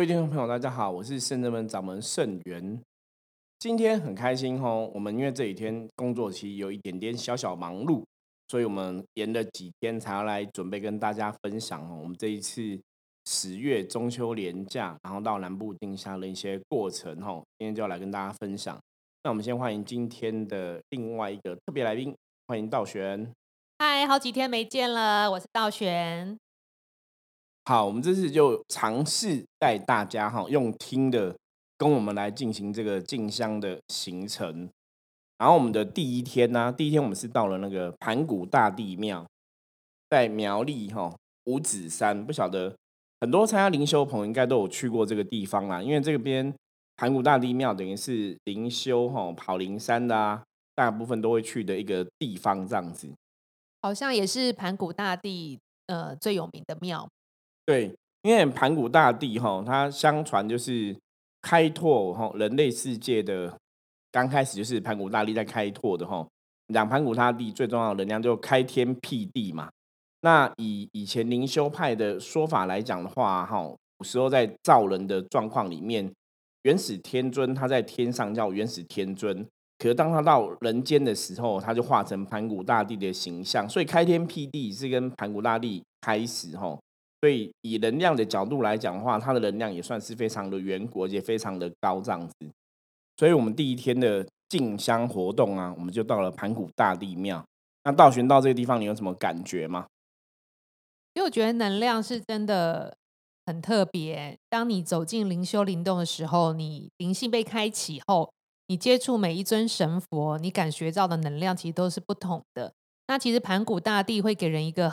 位听众朋友，大家好，我是圣真门掌门圣元。今天很开心哦，我们因为这几天工作期有一点点小小忙碌，所以我们延了几天才要来准备跟大家分享哦。我们这一次10月中秋连假，然后到南部定下的一些过程哦，今天就要来跟大家分享。那我们先欢迎今天的另外一个特别来宾，欢迎道玄。 嗨，好几天没见了，我是道玄。 好，我们这次就尝试带大家用听的跟我们来进行这个进香的行程。然后我们的第一天呢、第一天我们是到了那个盘古大帝庙，在苗栗五指山，不晓得很多参加灵修的朋友应该都有去过这个地方啦，因为这边盘古大帝庙等于是灵修跑灵山的大部分都会去的一个地方这样子。 好像也是盘古大帝最有名的庙。 对，因为盘古大帝他相传就是开拓人类世界的刚开始就是盘古大帝在开拓的讲盘古大帝最重要的能量就开天辟地嘛。那以前灵修派的说法来讲的话，古时候在造人的状况里面，元始天尊他在天上叫元始天尊，可是当他到人间的时候，他就化成盘古大帝的形象，所以开天辟地是跟盘古大帝开始所以以能量的角度来讲的话，它的能量也算是非常的远古，而且非常的高这样子。所以我们第一天的进香活动我们就到了盘古大帝庙。那道玄到这个地方，你有什么感觉吗？ 因为我觉得能量是真的很特别。当你走进灵修灵动的时候，你灵性被开启后，你接触每一尊神佛，你感觉到的能量其实都是不同的。那其实盘古大帝会给人一个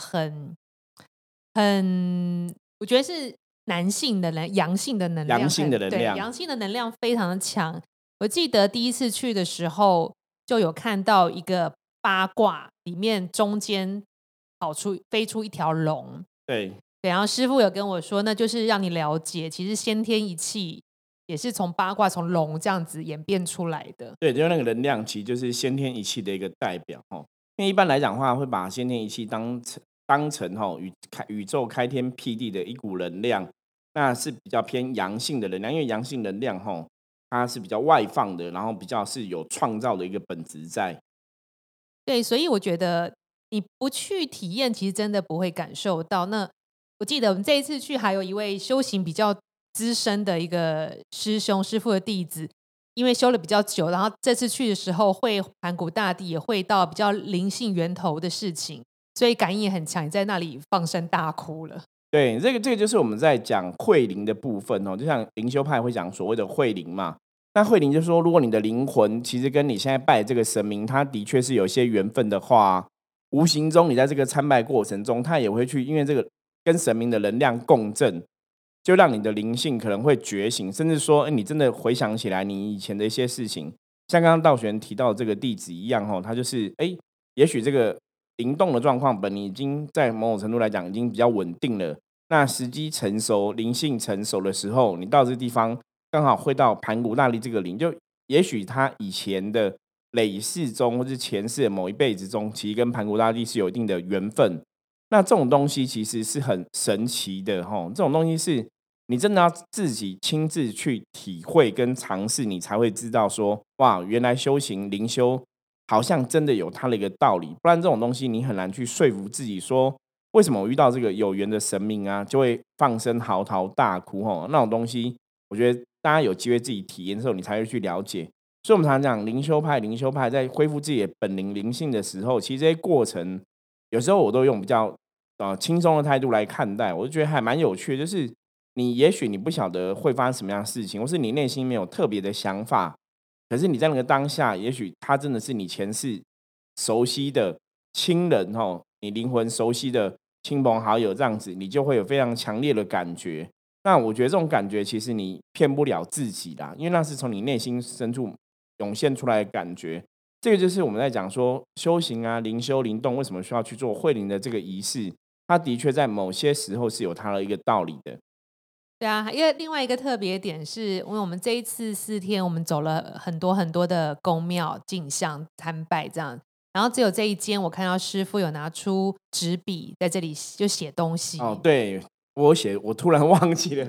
我觉得是男性的阳性的能量， 阳性的能对， 量。 阳性的能量非常的强。我记得第一次去的时候，就有看到一个八卦里面中间飞出一条龙。 对对，然后师傅有跟我说，那就是让你了解，其实先天一气也是从八卦从龙这样子演变出来的。 对，就是那个能量其实就是先天一气的一个代表因为一般来讲的话，会把先天一气当成宇宙开天辟地的一股能量，那是比较偏阳性的能量，因为阳性能量它是比较外放的，然后比较是有创造的一个本质在。 对，所以我觉得你不去体验，其实真的不会感受到。那我记得我们这一次去，还有一位修行比较资深的一个师傅的弟子，因为修了比较久，然后这次去的时候会盘古大帝，也会到比较灵性源头的事情，所以感应也很强，也在那里放声大哭了。 对，这个就是我们在讲慧灵的部分就像灵修派会讲所谓的慧灵嘛。那慧灵就是说，如果你的灵魂其实跟你现在拜的这个神明，他的确是有一些缘分的话，无形中你在这个参拜过程中，他也会去因为这个跟神明的能量共振，就让你的灵性可能会觉醒，甚至说，你真的回想起来你以前的一些事情，像刚刚道玄提到这个弟子一样他就是也许这个灵动的状况本你已经在某种程度来讲已经比较稳定了，那时机成熟、灵性成熟的时候，你到这个地方刚好会到盘古大帝这个灵，就也许他以前的累世中或是前世的某一辈子中，其实跟盘古大帝是有一定的缘分。那这种东西其实是很神奇的这种东西是你真的要自己亲自去体会跟尝试，你才会知道说，哇，原来修行灵修好像真的有它的一个道理，不然这种东西你很难去说服自己说，为什么我遇到这个有缘的神明就会放声嚎啕大哭那种东西，我觉得大家有机会自己体验的时候，你才会去了解。所以，我们常常讲灵修派在恢复自己的本灵灵性的时候，其实这些过程，有时候我都用比较轻松的态度来看待，我就觉得还蛮有趣的。就是你也许你不晓得会发生什么样的事情，或是你内心没有特别的想法，可是你在那个当下，也许他真的是你前世熟悉的亲人你灵魂熟悉的亲朋好友这样子，你就会有非常强烈的感觉。那我觉得这种感觉其实你骗不了自己啦，因为那是从你内心深处涌现出来的感觉。这个就是我们在讲说修行灵修灵动为什么需要去做慧灵的这个仪式，它的确在某些时候是有它的一个道理的。 对啊，因为另外一个特别点是，因为我们这一次4天，我们走了很多很多的宫庙进香参拜这样，然后只有这一间，我看到师傅有拿出纸笔在这里就写东西。 对，我突然忘记了，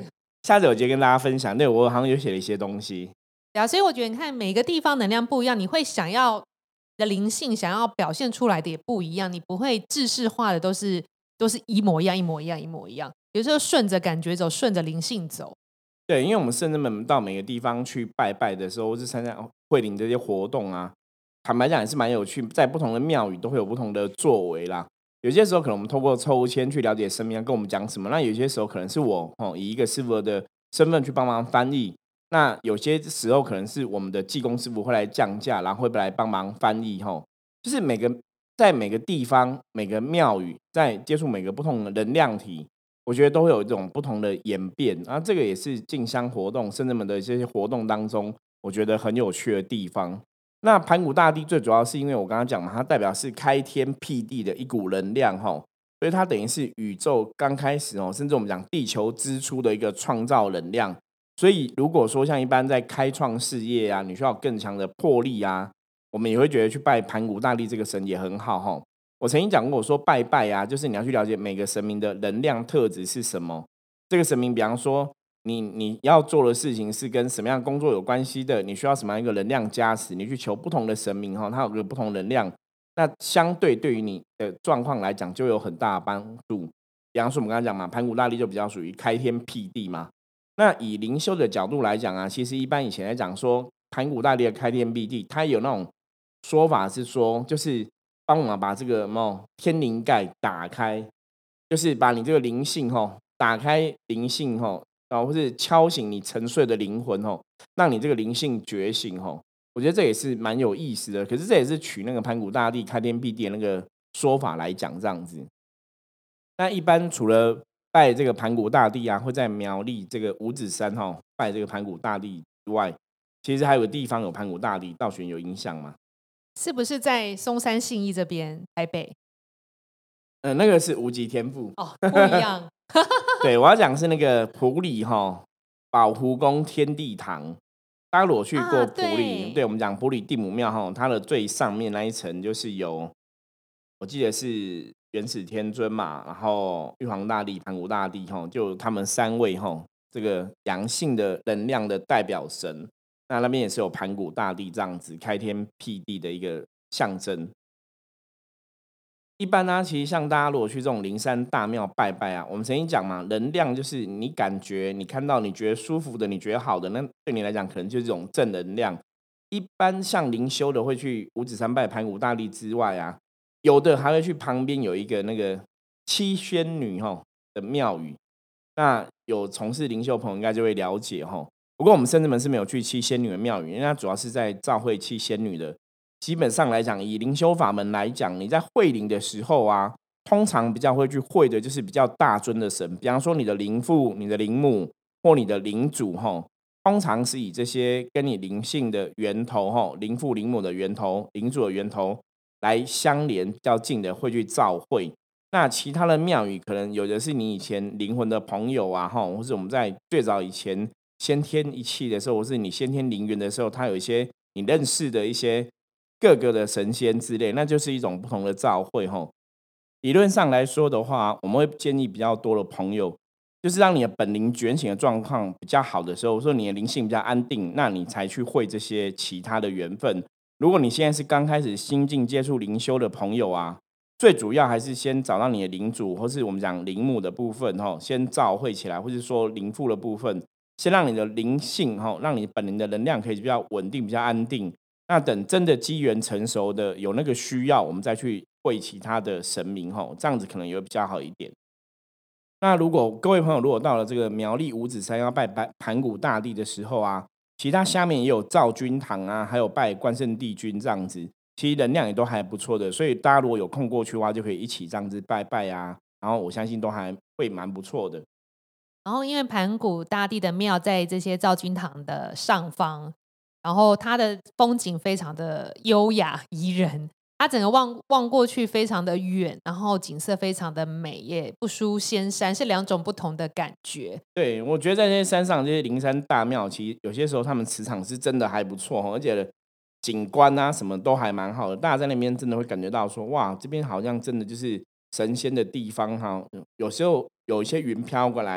下次有机会跟大家分享。对，我好像有写了一些东西。 对啊，所以我觉得你看每个地方能量不一样，你会想要的灵性想要表现出来的也不一样，你不会制式化的都是一模一样，一模一样，一模一样。有时候顺着感觉走，顺着灵性走。 对，因为我们圣人们到每个地方去拜拜的时候，或是参加会灵这些活动啊，坦白讲也是蛮有趣，在不同的庙宇都会有不同的作为啦。有些时候可能我们透过抽签去了解神明要跟我们讲什么，那有些时候可能是我以一个师傅的身份去帮忙翻译，那有些时候可能是我们的技工师傅会来降价，然后会来帮忙翻译就是在每个地方、每个庙宇，在接触每个不同的能量体，我觉得都会有一种不同的演变。然后这个也是进香活动、圣人们的这些活动当中，我觉得很有趣的地方。那盘古大帝最主要是因为我刚刚讲嘛，它代表是开天辟地的一股能量所以它等于是宇宙刚开始甚至我们讲地球之初的一个创造能量。所以如果说像一般在开创事业啊，你需要更强的魄力啊，我们也会觉得去拜盘古大帝这个神也很好我曾经讲过，我说拜拜啊，就是你要去了解每个神明的能量特质是什么。这个神明，比方说你要做的事情是跟什么样的工作有关系的，你需要什么样一个能量加持，你去求不同的神明它有个不同能量，那相对对于你的状况来讲就有很大的帮助。比方说我们刚才讲嘛，盘古大帝就比较属于开天辟地嘛。那以灵修的角度来讲啊，其实一般以前来讲说盘古大帝的开天辟地，它有那种说法是说，就是帮我们把这个天灵盖打开，就是把你这个灵性打开灵性或是敲醒你沉睡的灵魂让你这个灵性觉醒我觉得这也是蛮有意思的。可是这也是取那个盘古大帝开天辟地的那个说法来讲这样子。那一般除了拜这个盘古大帝啊，会在苗栗这个五指山拜这个盘古大帝之外，其实还有个地方有盘古大帝，道玄有影响吗？ 是不是在松山信义这边台北？ 那个是无极天父哦，不一样。 对，我要讲是那个埔里保湖宫天地堂。大家如果去过埔里，对我们讲埔里地母庙它的最上面那一层就是有，我记得是元始天尊嘛，然后玉皇大帝、盘古大帝就他们三位这个阳性的能量的代表神。那边也是有盘古大帝这样子开天辟地的一个象征。一般呢，其实像大家如果去这种灵山大庙拜拜啊，我们曾经讲嘛，能量就是你感觉、你看到、你觉得舒服的、你觉得好的，那对你来讲可能就是这种正能量。一般像灵修的会去五指山拜盘古大帝之外啊，有的还会去旁边有一个那个七仙女的庙宇。那有从事灵修的朋友应该就会了解不过我们甚至们是没有去七仙女的庙宇，因为它主要是在召会七仙女的。基本上来讲，以灵修法门来讲，你在会灵的时候啊，通常比较会去会的就是比较大尊的神，比方说你的灵父、你的灵母或你的灵主通常是以这些跟你灵性的源头灵父、灵母的源头、灵主的源头来相连比较近的会去召会。那其他的庙宇可能有的是你以前灵魂的朋友啊或是我们在最早以前先天一气的时候，或是你先天灵缘的时候，它有一些你认识的一些各个的神仙之类，那就是一种不同的召会理论上来说的话，我们会建议比较多的朋友，就是让你的本灵觉醒的状况比较好的时候，说你的灵性比较安定，那你才去会这些其他的缘分。如果你现在是刚开始新进接触灵修的朋友啊，最主要还是先找到你的灵主，或是我们讲灵母的部分先召会起来，或是说灵父的部分，先让你的灵性让你本灵的能量可以比较稳定、比较安定。那等真的机缘成熟的有那个需要，我们再去会其他的神明这样子可能也会比较好一点。那如果各位朋友如果到了这个苗栗五指山要拜盘古大帝的时候啊，其他下面也有赵君堂啊，还有拜关圣帝君这样子，其实能量也都还不错的，所以大家如果有空过去的话，就可以一起这样子拜拜啊，然后我相信都还会蛮不错的。 然后因为盘古大帝的庙在这些赵君堂的上方，然后它的风景非常的优雅宜人，它整个望过去非常的远，然后景色非常的美，也不输仙山，是两种不同的感觉。 对，我觉得在这些山上这些灵山大庙，其实有些时候他们磁场是真的还不错而且景观啊什么都还蛮好的，大家在那边真的会感觉到说，哇，这边好像真的就是神仙的地方有时候有一些云飘过来，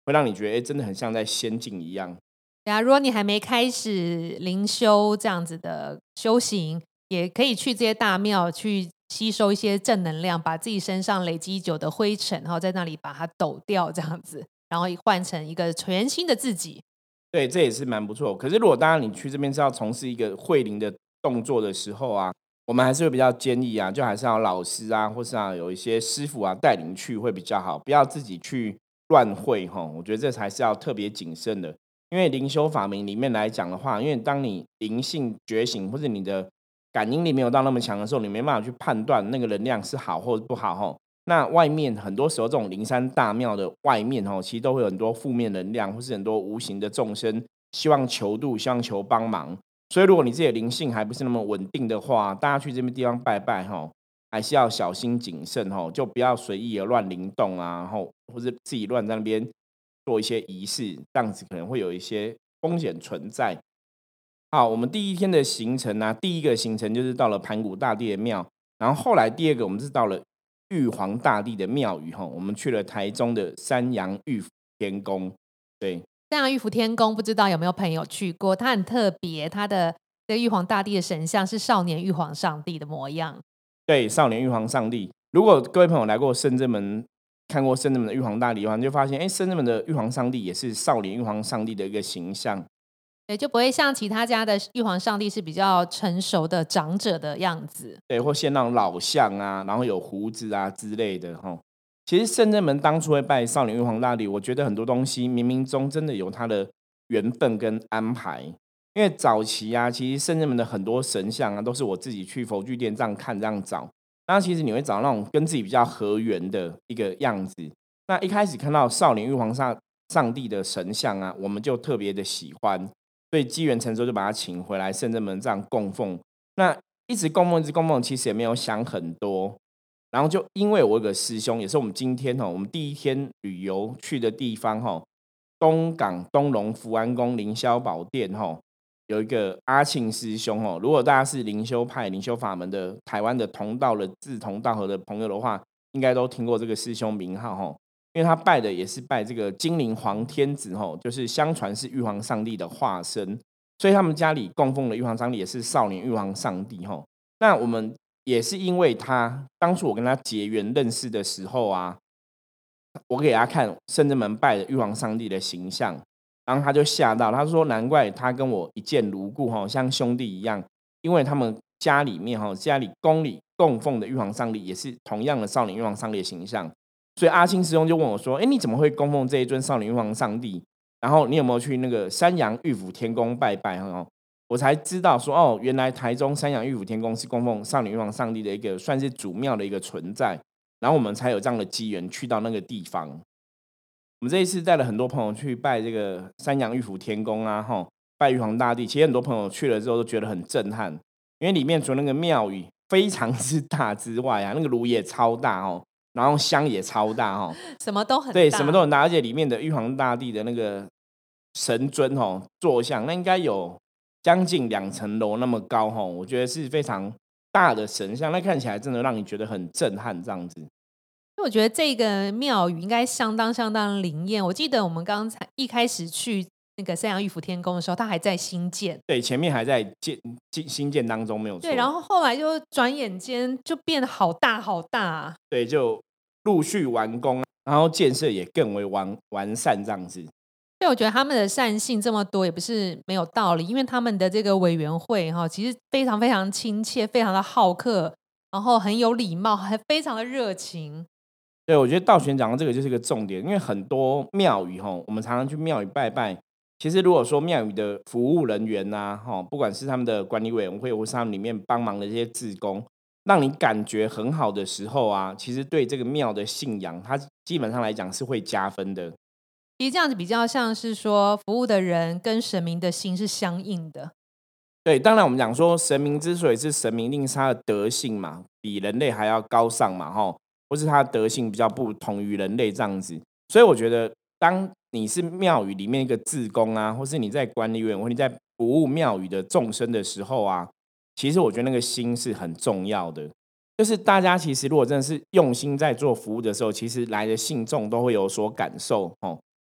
会让你觉得真的很像在仙境一样。 对啊，如果你还没开始灵修这样子的修行，也可以去这些大庙去吸收一些正能量，把自己身上累积久的灰尘，然后在那里把它抖掉，这样子，然后换成一个全新的自己。 对，这也是蛮不错。可是如果当然你去这边是要从事一个会灵的动作的时候啊，我们还是会比较建议啊，就还是要老师啊，或是有一些师傅啊带领去会比较好，不要自己去乱会哈。我觉得这才是要特别谨慎的。因为灵修法门里面来讲的话，因为当你灵性觉醒或者你的感应力没有到那么强的时候，你没办法去判断那个能量是好或者不好哈。那外面很多时候这种灵山大庙的外面其实都会有很多负面能量，或是很多无形的众生，希望求度，希望求帮忙。所以如果你自己的灵性还不是那么稳定的话，大家去这边地方拜拜还是要小心谨慎就不要随意的乱灵动啊，或者自己乱在那边做一些仪式，这样子可能会有一些风险存在。好，我们第一天的行程啊，第一个行程就是到了盘古大帝的庙，然后后来第二个我们是到了玉皇大帝的庙宇我们去了台中的三阳玉府天宫。对， 这样玉府天宫不知道有没有朋友去过？它很特别，它的这个玉皇大帝的神像是少年玉皇上帝的模样。 对，少年玉皇上帝。如果各位朋友来过深圳门，看过深圳门的玉皇大帝的话，你就发现，深圳门的玉皇上帝也是少年玉皇上帝的一个形象。 对，就不会像其他家的玉皇上帝是比较成熟的长者的样子。 对，或像那种老相啊，然后有胡子啊之类的其实圣真门当初会拜少年玉皇大帝，我觉得很多东西冥冥中真的有他的缘分跟安排。因为早期啊，其实圣真门的很多神像啊，都是我自己去佛具店这样看这样找。那其实你会找那种跟自己比较合缘的一个样子。那一开始看到少年玉皇上帝的神像啊，我们就特别的喜欢。所以机缘成熟就把他请回来圣真门这样供奉。那一直供奉，一直供奉，其实也没有想很多。然后就因为我有个师兄，也是我们今天我们第一天旅游去的地方东港东龙福安宫凌霄宝殿有一个阿庆师兄如果大家是灵修派、灵修法门的台湾的同道的志同道合的朋友的话，应该都听过这个师兄名号因为他拜的也是拜这个金陵皇天子就是相传是玉皇上帝的化身，所以他们家里供奉的玉皇上帝也是少年玉皇上帝那我们也是因为他当初我跟他结缘认识的时候啊，我给他看圣真门拜的玉皇上帝的形象，然后他就吓到，他说难怪他跟我一见如故像兄弟一样，因为他们家里面家里宫里供奉的玉皇上帝也是同样的少年玉皇上帝的形象。所以阿青师兄就问我说：“你怎么会供奉这一尊少年玉皇上帝？然后你有没有去那个三阳玉府天宫拜拜？”我才知道说原来台中三阳玉府天宫是供奉少年玉皇上帝的一个算是主庙的一个存在。然后我们才有这样的机缘去到那个地方。我们这一次带了很多朋友去拜这个三阳玉府天宫啊，拜玉皇大帝。其实很多朋友去了之后都觉得很震撼，因为里面除了那个庙宇非常之大之外啊，那个炉也超大然后香也超大什么都很大， 对，什么都很大，而且里面的玉皇大帝的那个神尊坐像，那应该有将近2层楼那么高我觉得是非常大的神像，那看起来真的让你觉得很震撼这样子。 因为我觉得这个庙宇应该相当相当灵验。我记得我们刚才一开始去那个三阳玉府天宫的时候，它还在新建， 对，前面还在新建当中，没有错。 对，然后后来就转眼间就变得好大好大啊。 对，就陆续完工，然后建设也更为完善这样子。 对，我觉得他们的善信这么多也不是没有道理，因为他们的这个委员会其实非常非常亲切，非常的好客，然后很有礼貌，还非常的热情。 对，我觉得道玄讲的这个就是一个重点，因为很多庙宇我们常常去庙宇拜拜。其实如果说庙宇的服务人员呐不管是他们的管理委员会，或是他们里面帮忙的这些志工，让你感觉很好的时候啊，其实对这个庙的信仰，它基本上来讲是会加分的。 其实这样子比较像是说，服务的人跟神明的心是相应的。 对，当然我们讲说神明之所以是神明，一定是他的德性嘛，比人类还要高尚嘛或是他的德性比较不同于人类这样子。所以我觉得当你是庙宇里面一个志工啊，或是你在管理委员会，你在服务庙宇的众生的时候啊，其实我觉得那个心是很重要的。就是大家其实如果真的是用心在做服务的时候，其实来的信众都会有所感受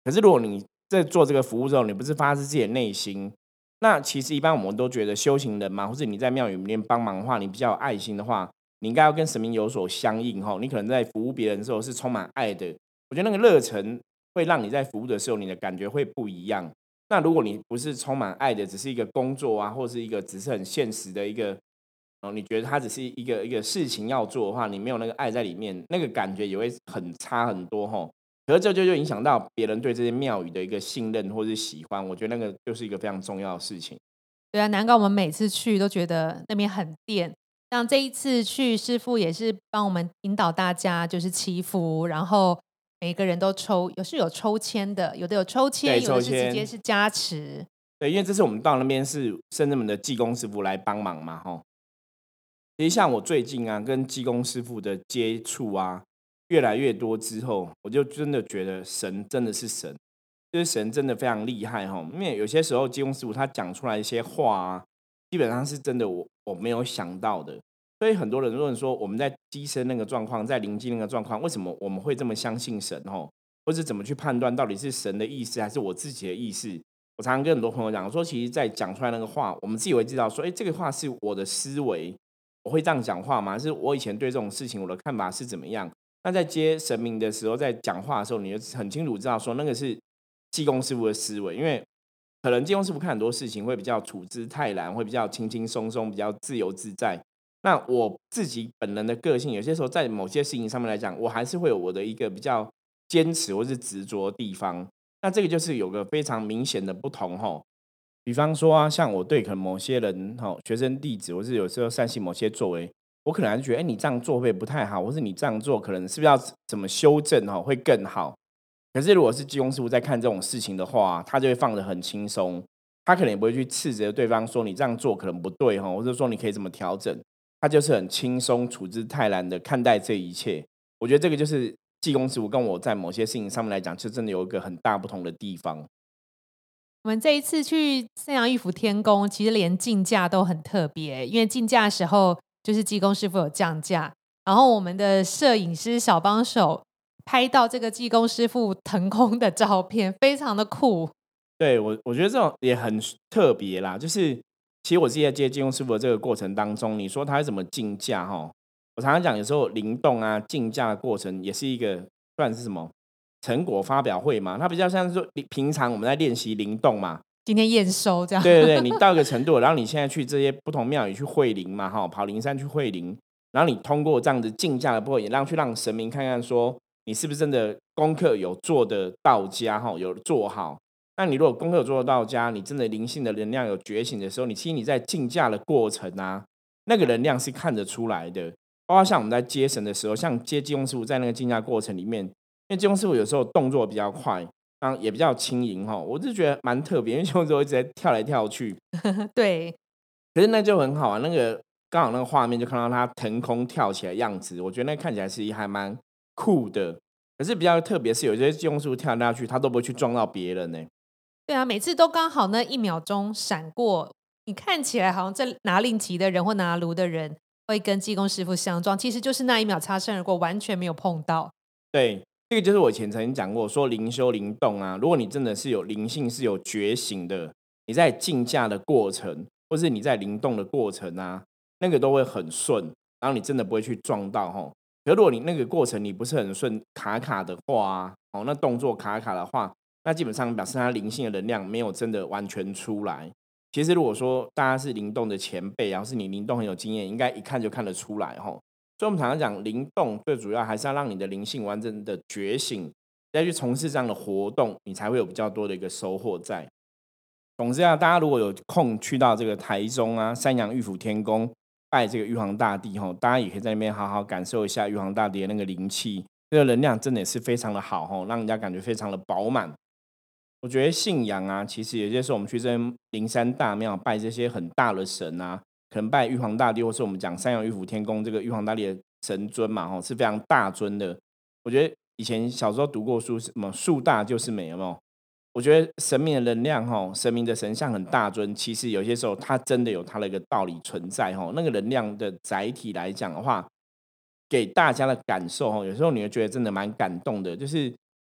可是如果你在做这个服务之后，你不是发自自己的内心，那其实一般我们都觉得修行人嘛，或者你在庙宇里面帮忙的话，你比较有爱心的话，你应该要跟神明有所相应哈。你可能在服务别人的时候是充满爱的，我觉得那个热忱会让你在服务的时候，你的感觉会不一样。那如果你不是充满爱的，只是一个工作啊，或是一个只是很现实的一个，你觉得它只是一个事情要做的话，你没有那个爱在里面，那个感觉也会很差很多哈。可是这就影响到别人对这些庙宇的一个信任或是喜欢，我觉得那个就是一个非常重要的事情。 对啊，难怪我们每次去都觉得那边很电。像这一次去，师傅也是帮我们引导大家就是祈福，然后每个人都抽，有抽签的，有的有抽对， 签，有的是直接抽签， 是加持。 对，因为这次我们到那边是圣人们的技工师傅来帮忙嘛，哈。其实像我最近啊，跟技工师傅的接触啊，越来越多之后，我就真的觉得神真的是神，就是神真的非常厉害哈。因为有些时候技工师傅他讲出来一些话啊，基本上是真的我没有想到的。所以很多人问说，我们在机身那个状况，在灵机那个状况，为什么我们会这么相信神哦？或是怎么去判断到底是神的意思还是我自己的意思？我常常跟很多朋友讲说，其实，在讲出来那个话，我们自己会知道说，哎，这个话是我的思维，我会这样讲话吗？是我以前对这种事情我的看法是怎么样？那在接神明的时候，在讲话的时候，你就很清楚知道说，那个是济公师傅的思维，因为可能济公师傅看很多事情会比较处之泰然，会比较轻轻松松，比较自由自在。那我自己本人的个性，有些时候在某些事情上面来讲，我还是会有我的一个比较坚持或是执着的地方。那这个就是有个非常明显的不同吼。比方说啊，像我对可能某些人学生弟子，或是有时候善信某些作为，我可能还是觉得，哎，你这样做会不太好，或是你这样做可能是不是要怎么修正会更好？可是如果是济公师傅在看这种事情的话，他就会放得很轻松，他可能也不会去斥责对方说你这样做可能不对哈，或者说你可以怎么调整，他就是很轻松、处之泰然的看待这一切。我觉得这个就是济公师傅跟我在某些事情上面来讲，就真的有一个很大不同的地方。 我们这一次去三阳玉府天宫，其实连竞价都很特别，因为竞价的时候就是济公师傅有降价，然后我们的摄影师小帮手拍到这个济公师傅腾空的照片，非常的酷。 对，我觉得这种也很特别啦。就是其实我自己在接金庸师傅的这个过程当中，你说他怎么竞价哈？我常常讲，有时候灵动啊竞价的过程也是一个算是什么成果发表会嘛？它比较像是说平常我们在练习灵动嘛。 今天验收这样。 对对对，你到一个程度，然后你现在去这些不同庙宇去会灵嘛，哈，跑灵山去会灵，然后你通过这样子竞价的部分，也让神明看看说你是不是真的功课有做的到家哈，有做好。那你如果功课有做得到家，你真的灵性的能量有觉醒的时候，其实你在竞价的过程啊，那个能量是看得出来的。包括像我们在接神的时候，像接济公师傅在那个竞价过程里面，因为济公师傅有时候动作比较快，也比较轻盈哈，我就觉得蛮特别，因为有时候一直在跳来跳去， 对， 可是那就很好啊。那个刚好那个画面就看到他腾空跳起来的样子，我觉得那看起来是还蛮酷的。可是比较特别是有些技工师傅跳来跳去，他都不会去撞到别人呢。 对啊，每次都刚好那1秒钟闪过，你看起来好像在拿令旗的人或拿炉的人会跟济公师傅相撞，其实就是那1秒擦身而过，完全没有碰到。 对，这个就是我以前曾经讲过，说灵修灵动啊，如果你真的是有灵性、是有觉醒的，你在竞价的过程，或是你在灵动的过程啊，那个都会很顺，然后你真的不会去撞到吼。可如果你那个过程你不是很顺，卡卡的话啊，那动作卡卡的话，那基本上表示它灵性的能量没有真的完全出来。其实如果说大家是灵动的前辈，然后是你灵动很有经验，应该一看就看得出来吼。所以我们常常讲灵动，最主要还是要让你的灵性完整的觉醒，再去从事这样的活动，你才会有比较多的一个收获在。总之啊，大家如果有空去到这个台中啊三阳玉府天宫拜这个玉皇大帝吼，大家也可以在那边好好感受一下玉皇大帝的那个灵气，这个能量真的也是非常的好吼，让人家感觉非常的饱满。我觉得信仰啊，其实有些时候我们去这灵山大庙拜这些很大的神啊，可能拜玉皇大帝，或是我们讲三阳玉府天宫这个玉皇大帝的神尊嘛，吼是非常大尊的。我觉得以前小时候读过书，什么树大就是美，有没有？我觉得神明的能量，吼，神明的神像很大尊，其实有些时候它真的有它的一个道理存在，吼，那个能量的载体来讲的话，给大家的感受，吼，有时候你会觉得真的蛮感动的，就是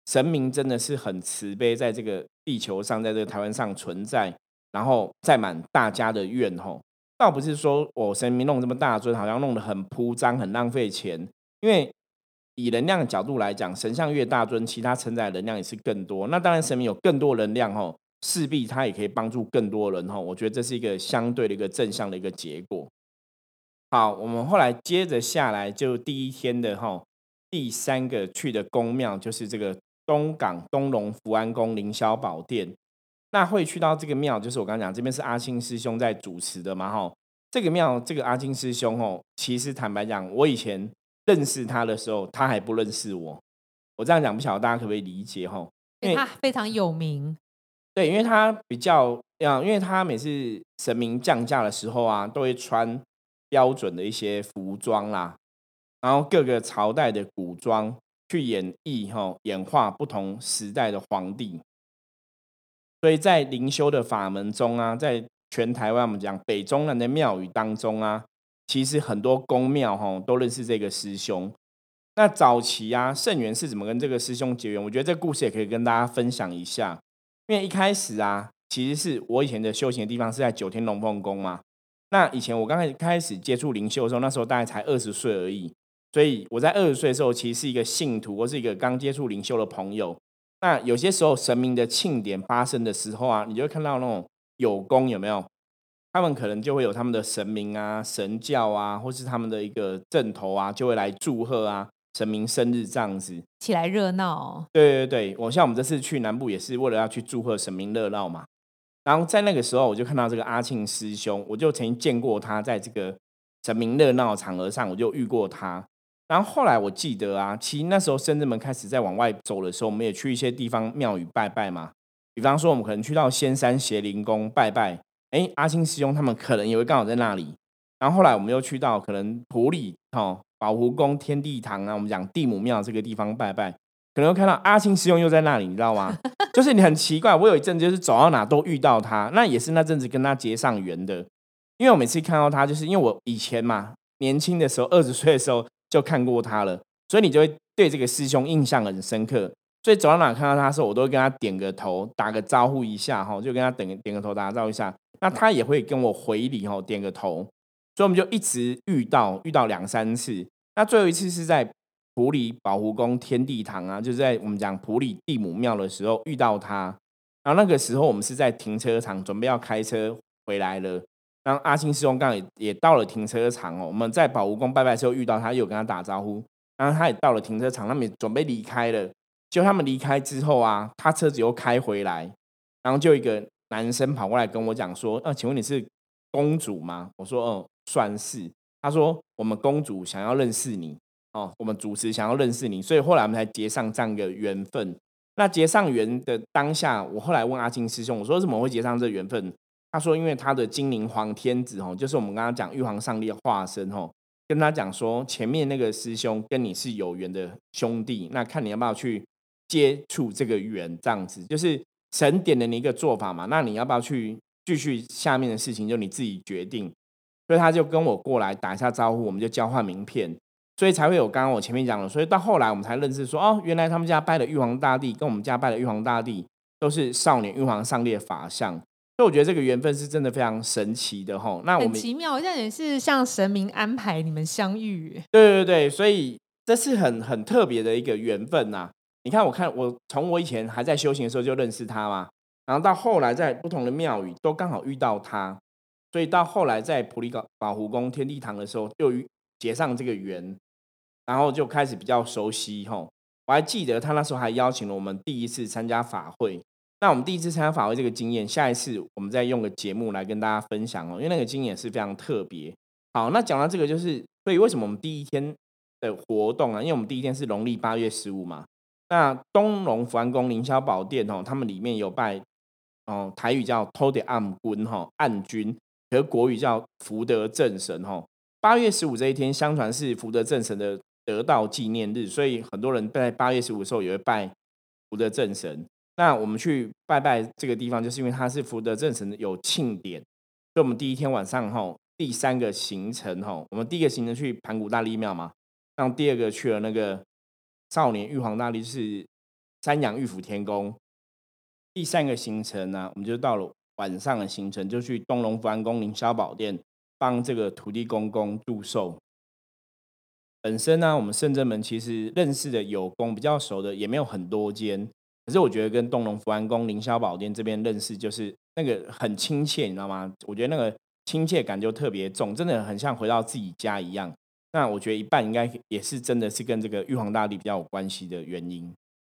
神明真的是很慈悲，在这个地球上，在这个台湾上存在，然后载满大家的愿吼。倒不是说我神明弄这么大尊，好像弄得很铺张、很浪费钱，因为以能量的角度来讲，神像越大尊，其他承载能量也是更多。那当然，神明有更多能量吼，势必它也可以帮助更多人吼。我觉得这是一个相对的一个正向的一个结果。好，我们后来接着下来，就第一天的第三个去的宫庙就是这个东港东龙福安宫凌霄宝殿。那会去到这个庙，就是我刚刚讲这边是阿青师兄在主持的嘛这个庙这个阿青师兄其实坦白讲，我以前认识他的时候，他还不认识我。我这样讲不晓得大家可不可以理解因为他非常有名。 对，因为他比较因为他每次神明降驾的时候啊，都会穿标准的一些服装啦，然后各个朝代的古装去演化不同时代的皇帝。所以在灵修的法门中啊，在全台湾我们讲北中南的庙宇当中啊，其实很多宫庙都认识这个师兄。那早期啊，圣元是怎么跟这个师兄结缘？我觉得这个故事也可以跟大家分享一下。因为一开始啊，其实是我以前的修行的地方是在九天龙凤宫嘛。那以前我刚开始接触灵修的时候，那时候大概才20岁而已，所以我在20岁的时候，其实是一个信徒或是一个刚接触灵修的朋友。那有些时候神明的庆典发生的时候啊，你就会看到那种有功有没有？他们可能就会有他们的神明啊、神教啊，或是他们的一个正头啊，就会来祝贺啊神明生日这样子， 起来热闹。 对对对，像我们这次去南部也是为了要去祝贺神明热闹嘛。然后在那个时候，我就看到这个阿庆师兄，我就曾经见过他，在这个神明热闹场合上，我就遇过他。然后后来我记得啊，其实那时候深圳门开始在往外走的时候，我们也去一些地方庙宇拜拜嘛。比方说，我们可能去到仙山邪灵宫拜拜，阿庆师兄他们可能也会刚好在那里。然后后来我们又去到可能埔里宝湖宫天地堂啊，我们讲地母庙这个地方拜拜，可能会看到阿庆师兄又在那里，你知道吗？就是你很奇怪，我有一阵就是走到哪都遇到他，那也是那阵子跟他结上缘的。因为我每次看到他，就是因为我以前嘛，年轻的时候20岁的时候就看过他了，所以你就会对这个师兄印象很深刻。所以走到哪看到他的时候，我都会跟他点个头，打个招呼一下就跟他点个头，打个招呼一下。那他也会跟我回礼点个头，所以我们就一直遇到2、3次。那最后一次是在埔里宝湖宫天地堂啊，就是在我们讲埔里地母庙的时候遇到他。然后那个时候我们是在停车场准备要开车回来了，然后阿庆师兄刚好也到了停车场我们在宝湖宫拜拜的时候遇到他，又跟他打招呼，然后他也到了停车场，他们也准备离开了。就他们离开之后啊，他车子又开回来，然后就一个男生跑过来跟我讲说：“请问你是公主吗？”我说：“算是。”他说：“我们公主想要认识你我们主持想要认识你，所以后来我们才结上这样一个缘分。”那结上缘的当下，我后来问阿金师兄，我说：“怎么会结上这缘分？”他说：“因为他的精灵皇天子就是我们刚刚讲玉皇上帝的化身跟他讲说，前面那个师兄跟你是有缘的兄弟，那看你要不要去接触这个缘，这样子就是神点了你一个做法嘛，那你要不要去继续下面的事情，就你自己决定。”所以他就跟我过来打一下招呼，我们就交换名片，所以才会有刚刚我前面讲的。所以到后来我们才认识说，原来他们家拜的玉皇大帝跟我们家拜的玉皇大帝都是少年玉皇上帝的法相。所以我觉得这个缘分是真的非常神奇的那我们很奇妙，这样也是像神明安排你们相遇。 对对对，所以这是很特别的一个缘分呐。你看，我从我以前还在修行的时候就认识他嘛，然后到后来在不同的庙宇都刚好遇到他，所以到后来在埔里宝湖宫天地堂的时候又结上这个缘，然后就开始比较熟悉我还记得他那时候还邀请了我们第一次参加法会。那我们第一次参加法会这个经验，下一次我们再用个节目来跟大家分享因为那个经验是非常特别。好，那讲到这个所以为什么我们第一天的活动因为我们第一天是农历8月15嘛，那东龙福安宫凌霄宝殿他们里面有拜台语叫偷的暗君暗君，和国语叫福德正神8月15这一天，相传是福德正神的得道纪念日，所以很多人在8月15的时候也会拜福德正神。那我们去拜拜这个地方，就是因为它是福德正神有庆典，所以我们第一天晚上第3个行程我们第一个行程去盘古大帝庙嘛，然后第2个去了那个少年玉皇大帝，是山阳玉府天宫。第3个行程呢，我们就到了晚上的行程，就去东龙福安宫凌霄宝殿帮这个土地公公祝寿。本身呢，我们圣真门其实认识的有功比较熟的也没有很多间，可是我觉得跟东龙福安宫凌霄宝殿这边认识，就是那个很亲切，你知道吗？我觉得那个亲切感就特别重，真的很像回到自己家一样。那我觉得一半应该也是真的是跟这个玉皇大帝比较有关系的原因。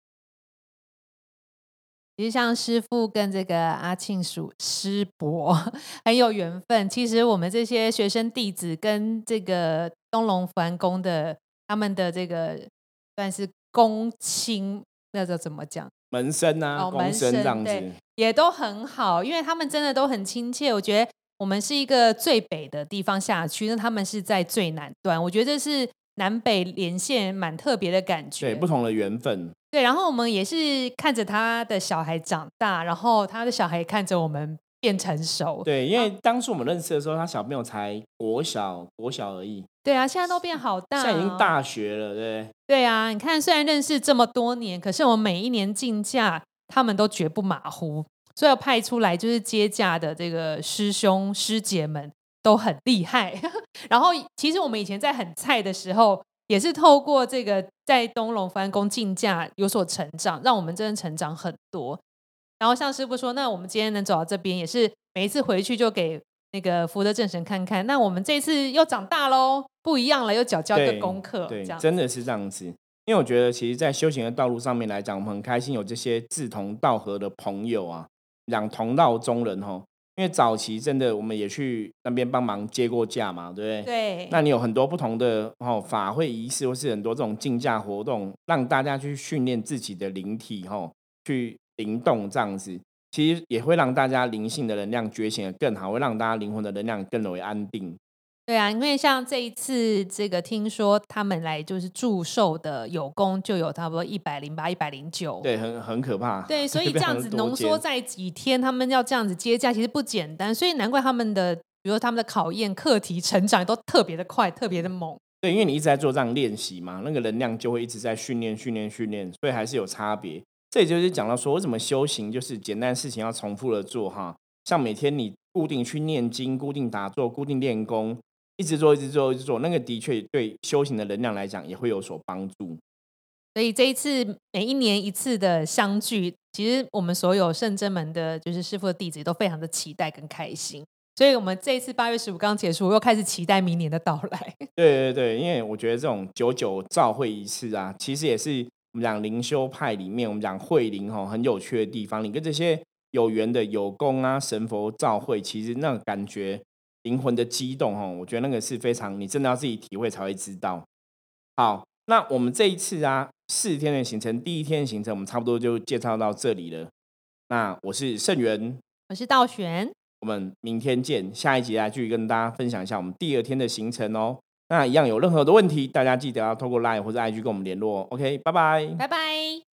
其实像师父跟这个阿庆师伯很有缘分。其实我们这些学生弟子跟这个东龙福安宫的他们的这个算是公亲，那叫怎么讲？ 门生啊，公门生这样生对子， 也都很好，因为他们真的都很亲切。我觉得我们是一个最北的地方下去，那他们是在最南端，我觉得这是南北连线蛮特别的感对， 觉。 不同的缘分。 对，然后我们也是看着他的小孩长大，然后他的小孩也看着我们变成熟。 对，因为当初我们认识的时候，他小朋友才国小而已， 对啊，现在都变好大、 现在已经大学了，对不对？ 对啊，你看，虽然认识这么多年，可是我们每一年竞价，他们都绝不马虎，所以要派出来就是接驾的这个师兄师姐们都很厉害。然后，其实我们以前在很菜的时候，也是透过这个在东龙福安宫竞价有所成长，让我们真的成长很多。然后像师傅说，那我们今天能走到这边，也是每一次回去就给那个福德正神看看。那我们这次又长大喽，不一样了，又交一个功课， 对， 这样真的是这样子。因为我觉得，其实，在修行的道路上面来讲，我们很开心有这些志同道合的朋友啊，讲同道中人哦。因为早期真的，我们也去那边帮忙接过驾嘛，对不对？ 对。 那你有很多不同的法会仪式，或是很多这种竞价活动，让大家去训练自己的灵体去灵动这样子，其实也会让大家灵性的能量觉醒的更好，会让大家灵魂的能量更为安定。 对啊，因为像这一次这个，听说他们来就是祝寿的有功就有差不多108、109， 对，很可怕。 对，所以这样子浓缩在几天，他们要这样子接驾，其实不简单，所以难怪他们的，比如说他们的考验、课题、成长都特别的快，特别的猛。 对，因为你一直在做这样练习嘛，那个能量就会一直在训练，所以还是有差别。这也就是讲到说，为什么修行就是简单的事情要重复的做哈，像每天你固定去念经、固定打坐、固定练功，一直做，那个的确对修行的能量来讲也会有所帮助。 所以这一次每一年一次的相聚，其实我们所有圣真门的，就是师父的弟子都非常的期待跟开心。所以我们这一次8月15刚结束，我又开始期待明年的到来。 对，因为我觉得这种99召会仪式啊，其实也是我们讲灵修派里面，我们讲会灵很有趣的地方。你跟这些有缘的有功啊神佛召会，其实那个感觉灵魂的激动我觉得那个是非常你真的要自己体会才会知道。好，那我们这一次啊4天的行程，第1天的行程我们差不多就介绍到这里了。那我是盛元， 我是道玄， 我们明天见。下一集来继续跟大家分享一下我们第2天的行程哦。那一样有任何的问题，大家记得要透过 LINE 或者 IG 跟我们联络。OK， 拜拜， 拜拜。